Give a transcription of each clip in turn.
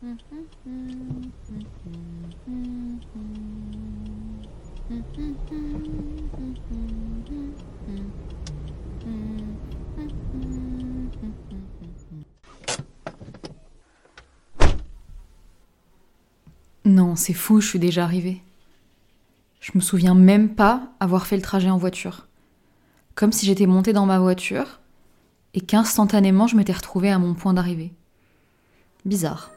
Non, c'est fou, je suis déjà arrivée. Je me souviens même pas avoir fait le trajet en voiture. Comme si j'étais montée dans ma voiture et qu'instantanément je m'étais retrouvée à mon point d'arrivée. Bizarre.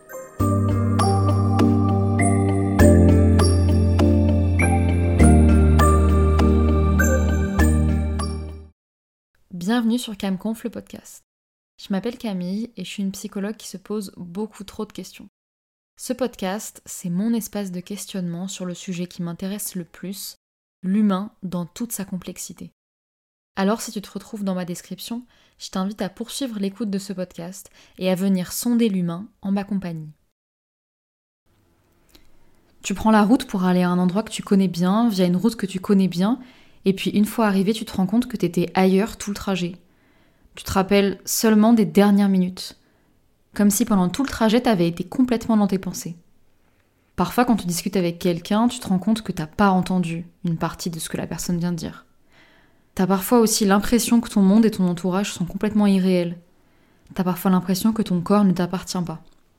Bienvenue sur Camconf, le podcast. Je m'appelle Camille et je suis une psychologue qui se pose beaucoup trop de questions. Ce podcast, c'est mon espace de questionnement sur le sujet qui m'intéresse le plus, l'humain dans toute sa complexité. Alors si tu te retrouves dans ma description, je t'invite à poursuivre l'écoute de ce podcast et à venir sonder l'humain en ma compagnie. Tu prends la route pour aller à un endroit que tu connais bien, via une route que tu connais bien, et puis une fois arrivé, tu te rends compte que tu étais ailleurs tout le trajet. Tu te rappelles seulement des dernières minutes. Comme si pendant tout le trajet, tu avais été complètement dans tes pensées. Parfois, quand tu discutes avec quelqu'un, tu te rends compte que tu n'as pas entendu une partie de ce que la personne vient de dire. Tu as parfois aussi l'impression que ton monde et ton entourage sont complètement irréels. Tu as parfois l'impression que ton corps ne t'appartient pas.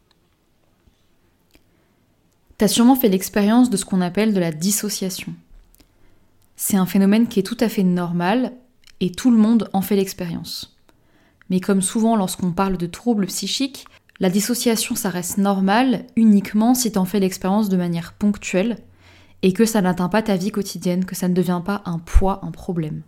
Tu as sûrement fait l'expérience de ce qu'on appelle de la dissociation. C'est un phénomène qui est tout à fait normal et tout le monde en fait l'expérience. Mais comme souvent lorsqu'on parle de troubles psychiques, la dissociation ça reste normal uniquement si t'en fais l'expérience de manière ponctuelle et que ça n'atteint pas ta vie quotidienne, que ça ne devient pas un poids, un problème.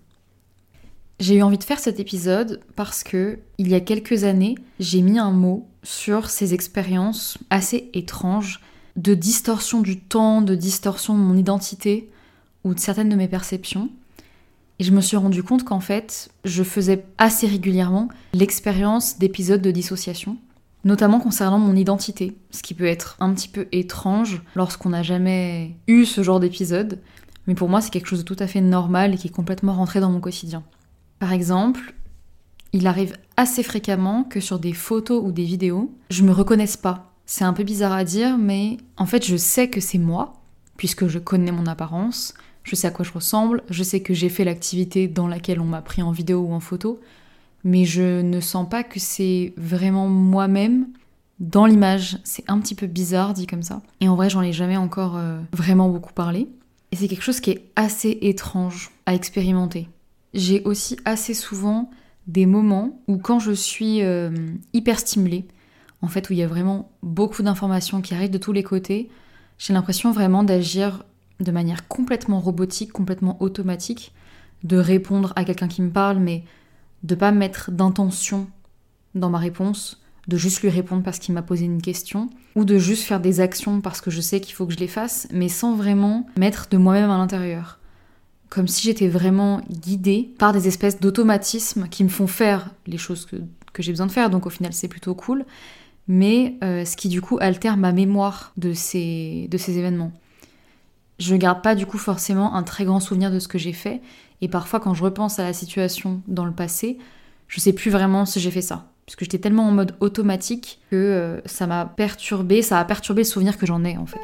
J'ai eu envie de faire cet épisode parce que, il y a quelques années, j'ai mis un mot sur ces expériences assez étranges de distorsion du temps, de distorsion de mon identité ou de certaines de mes perceptions. Et je me suis rendu compte qu'en fait, je faisais assez régulièrement l'expérience d'épisodes de dissociation, notamment concernant mon identité, ce qui peut être un petit peu étrange lorsqu'on n'a jamais eu ce genre d'épisode, mais pour moi c'est quelque chose de tout à fait normal et qui est complètement rentré dans mon quotidien. Par exemple, il arrive assez fréquemment que sur des photos ou des vidéos, je me reconnaisse pas. C'est un peu bizarre à dire, mais en fait je sais que c'est moi, puisque je connais mon apparence, je sais à quoi je ressemble, je sais que j'ai fait l'activité dans laquelle on m'a pris en vidéo ou en photo, mais je ne sens pas que c'est vraiment moi-même dans l'image. C'est un petit peu bizarre dit comme ça. Et en vrai, j'en ai jamais encore vraiment beaucoup parlé. Et c'est quelque chose qui est assez étrange à expérimenter. J'ai aussi assez souvent des moments où quand je suis hyper stimulée, en fait où il y a vraiment beaucoup d'informations qui arrivent de tous les côtés, j'ai l'impression vraiment d'agir de manière complètement robotique, complètement automatique, de répondre à quelqu'un qui me parle, mais de pas mettre d'intention dans ma réponse, de juste lui répondre parce qu'il m'a posé une question, ou de juste faire des actions parce que je sais qu'il faut que je les fasse, mais sans vraiment mettre de moi-même à l'intérieur. Comme si j'étais vraiment guidée par des espèces d'automatismes qui me font faire les choses que j'ai besoin de faire, donc au final c'est plutôt cool, mais ce qui du coup altère ma mémoire de ces événements. Je garde pas du coup forcément un très grand souvenir de ce que j'ai fait, et parfois quand je repense à la situation dans le passé, je sais plus vraiment si j'ai fait ça, puisque j'étais tellement en mode automatique que ça a perturbé le souvenir que j'en ai en fait.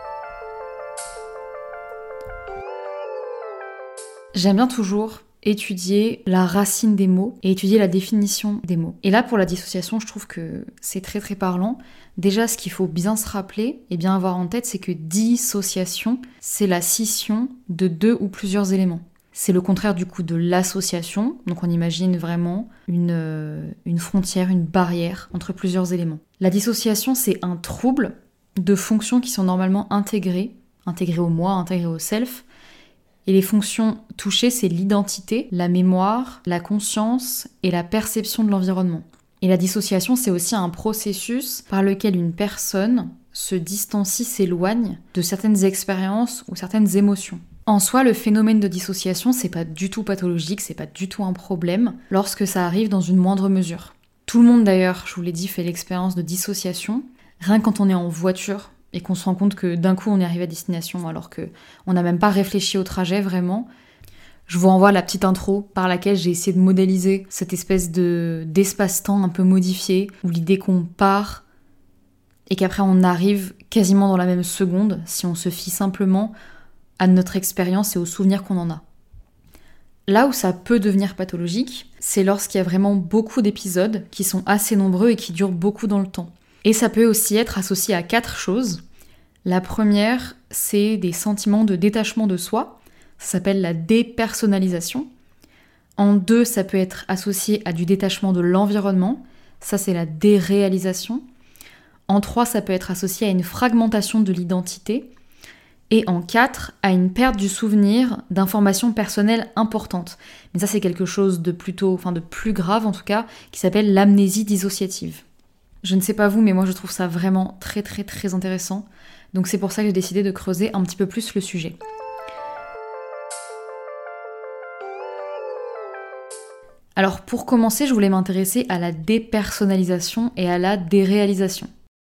J'aime bien toujours étudier la racine des mots et étudier la définition des mots. Et là, pour la dissociation, je trouve que c'est très très parlant. Déjà, ce qu'il faut bien se rappeler et bien avoir en tête, c'est que dissociation, c'est la scission de deux ou plusieurs éléments. C'est le contraire du coup de l'association, donc on imagine vraiment une frontière, une barrière entre plusieurs éléments. La dissociation, c'est un trouble de fonctions qui sont normalement intégrées au moi, intégrées au self. Et les fonctions touchées, c'est l'identité, la mémoire, la conscience et la perception de l'environnement. Et la dissociation, c'est aussi un processus par lequel une personne se distancie, s'éloigne de certaines expériences ou certaines émotions. En soi, le phénomène de dissociation, c'est pas du tout pathologique, c'est pas du tout un problème lorsque ça arrive dans une moindre mesure. Tout le monde d'ailleurs, je vous l'ai dit, fait l'expérience de dissociation. Rien que quand on est en voiture et qu'on se rend compte que d'un coup on est arrivé à destination alors qu'on n'a même pas réfléchi au trajet vraiment. Je vous renvoie à la petite intro par laquelle j'ai essayé de modéliser cette espèce d'espace-temps un peu modifié où l'idée qu'on part et qu'après on arrive quasiment dans la même seconde si on se fie simplement à notre expérience et aux souvenirs qu'on en a. Là où ça peut devenir pathologique, c'est lorsqu'il y a vraiment beaucoup d'épisodes qui sont assez nombreux et qui durent beaucoup dans le temps. Et ça peut aussi être associé à 4 choses. La première, c'est des sentiments de détachement de soi. Ça s'appelle la dépersonnalisation. En 2, ça peut être associé à du détachement de l'environnement. Ça, c'est la déréalisation. En 3, ça peut être associé à une fragmentation de l'identité. Et en 4, à une perte du souvenir d'informations personnelles importantes. Mais ça, c'est quelque chose de plus grave en tout cas, qui s'appelle l'amnésie dissociative. Je ne sais pas vous, mais moi je trouve ça vraiment très très très intéressant. Donc c'est pour ça que j'ai décidé de creuser un petit peu plus le sujet. Alors pour commencer, je voulais m'intéresser à la dépersonnalisation et à la déréalisation.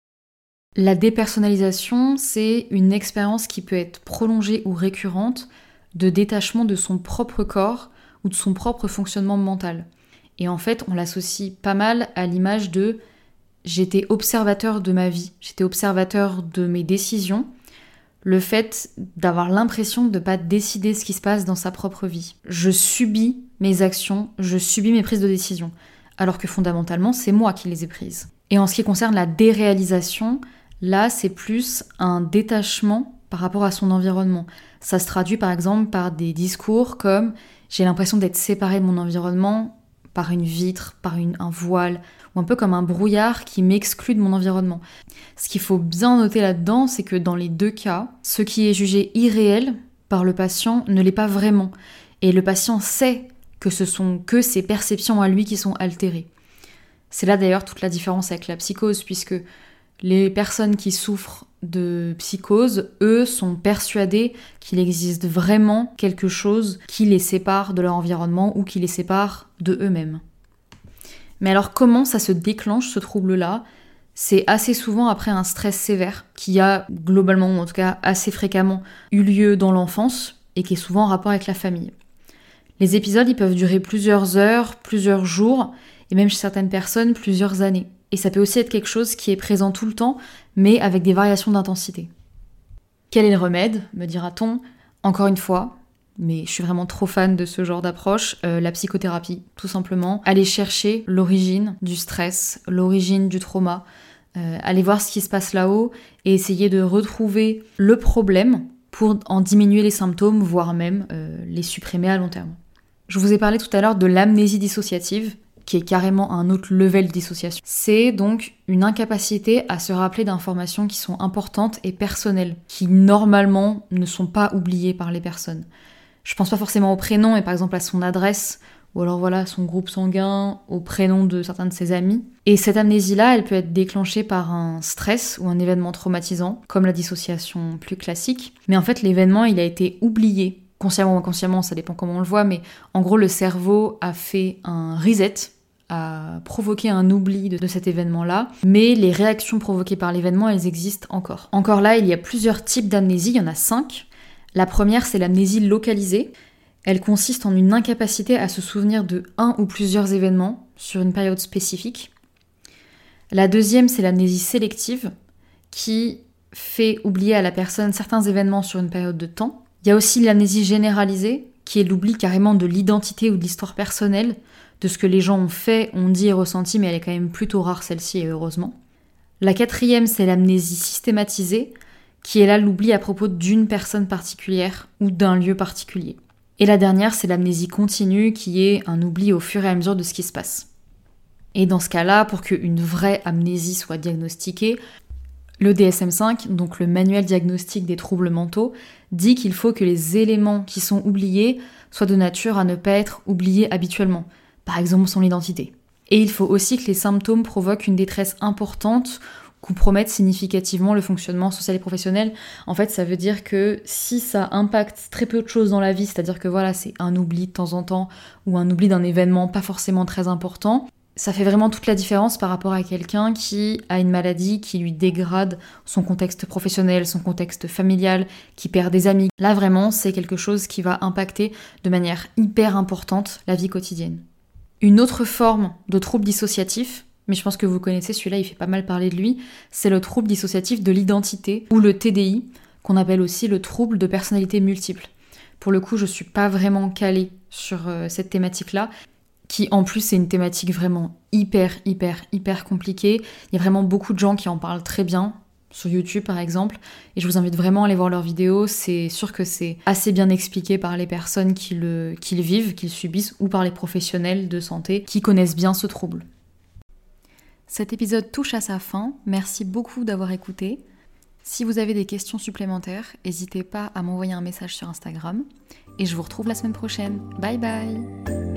La dépersonnalisation, c'est une expérience qui peut être prolongée ou récurrente de détachement de son propre corps ou de son propre fonctionnement mental. Et en fait, on l'associe pas mal à l'image de « j'étais observateur de ma vie, j'étais observateur de mes décisions », le fait d'avoir l'impression de ne pas décider ce qui se passe dans sa propre vie. Je subis mes actions, je subis mes prises de décision, alors que fondamentalement, c'est moi qui les ai prises. Et en ce qui concerne la déréalisation, là, c'est plus un détachement par rapport à son environnement. Ça se traduit par exemple par des discours comme « j'ai l'impression d'être séparé de mon environnement par une vitre, par un voile », ou un peu comme un brouillard qui m'exclut de mon environnement. Ce qu'il faut bien noter là-dedans, c'est que dans les 2 cas, ce qui est jugé irréel par le patient ne l'est pas vraiment. Et le patient sait que ce sont que ses perceptions à lui qui sont altérées. C'est là d'ailleurs toute la différence avec la psychose, puisque les personnes qui souffrent de psychose, eux, sont persuadés qu'il existe vraiment quelque chose qui les sépare de leur environnement ou qui les sépare de eux-mêmes. Mais alors comment ça se déclenche ce trouble-là ? C'est assez souvent après un stress sévère qui a globalement, ou en tout cas assez fréquemment, eu lieu dans l'enfance et qui est souvent en rapport avec la famille. Les épisodes, ils peuvent durer plusieurs heures, plusieurs jours, et même chez certaines personnes, plusieurs années. Et ça peut aussi être quelque chose qui est présent tout le temps, mais avec des variations d'intensité. Quel est le remède, me dira-t-on ? Encore une fois, mais je suis vraiment trop fan de ce genre d'approche, la psychothérapie, tout simplement. Aller chercher l'origine du stress, l'origine du trauma, aller voir ce qui se passe là-haut et essayer de retrouver le problème pour en diminuer les symptômes, voire même les supprimer à long terme. Je vous ai parlé tout à l'heure de l'amnésie dissociative, qui est carrément un autre level de dissociation. C'est donc une incapacité à se rappeler d'informations qui sont importantes et personnelles, qui normalement ne sont pas oubliées par les personnes. Je pense pas forcément au prénom, mais par exemple à son adresse, ou alors voilà, son groupe sanguin, au prénom de certains de ses amis. Et cette amnésie-là, elle peut être déclenchée par un stress ou un événement traumatisant, comme la dissociation plus classique. Mais en fait, l'événement, il a été oublié, consciemment ou inconsciemment, ça dépend comment on le voit, mais en gros, le cerveau a fait un reset, a provoqué un oubli de cet événement-là, mais les réactions provoquées par l'événement, elles existent encore. Encore là, il y a plusieurs types d'amnésie, il y en a 5. La première, c'est l'amnésie localisée. Elle consiste en une incapacité à se souvenir de un ou plusieurs événements sur une période spécifique. La deuxième, c'est l'amnésie sélective, qui fait oublier à la personne certains événements sur une période de temps. Il y a aussi l'amnésie généralisée, qui est l'oubli carrément de l'identité ou de l'histoire personnelle, de ce que les gens ont fait, ont dit et ressenti, mais elle est quand même plutôt rare celle-ci, et heureusement. La quatrième, c'est l'amnésie systématisée, qui est là l'oubli à propos d'une personne particulière ou d'un lieu particulier. Et la dernière, c'est l'amnésie continue, qui est un oubli au fur et à mesure de ce qui se passe. Et dans ce cas-là, pour qu'une vraie amnésie soit diagnostiquée, le DSM-5, donc le manuel diagnostique des troubles mentaux, dit qu'il faut que les éléments qui sont oubliés soient de nature à ne pas être oubliés habituellement, par exemple son identité. Et il faut aussi que les symptômes provoquent une détresse importante, compromettent significativement le fonctionnement social et professionnel. En fait, ça veut dire que si ça impacte très peu de choses dans la vie, c'est-à-dire que voilà, c'est un oubli de temps en temps, ou un oubli d'un événement pas forcément très important, ça fait vraiment toute la différence par rapport à quelqu'un qui a une maladie qui lui dégrade son contexte professionnel, son contexte familial, qui perd des amis. Là, vraiment, c'est quelque chose qui va impacter de manière hyper importante la vie quotidienne. Une autre forme de trouble dissociatif, mais je pense que vous connaissez celui-là, il fait pas mal parler de lui, c'est le trouble dissociatif de l'identité, ou le TDI, qu'on appelle aussi le trouble de personnalité multiple. Pour le coup, je suis pas vraiment calée sur cette thématique-là, qui en plus est une thématique vraiment hyper compliquée. Il y a vraiment beaucoup de gens qui en parlent très bien, sur YouTube par exemple, et je vous invite vraiment à aller voir leurs vidéos. C'est sûr que c'est assez bien expliqué par les personnes qui le vivent, qui le subissent, ou par les professionnels de santé qui connaissent bien ce trouble. Cet épisode touche à sa fin, merci beaucoup d'avoir écouté. Si vous avez des questions supplémentaires, n'hésitez pas à m'envoyer un message sur Instagram, et je vous retrouve la semaine prochaine. Bye bye!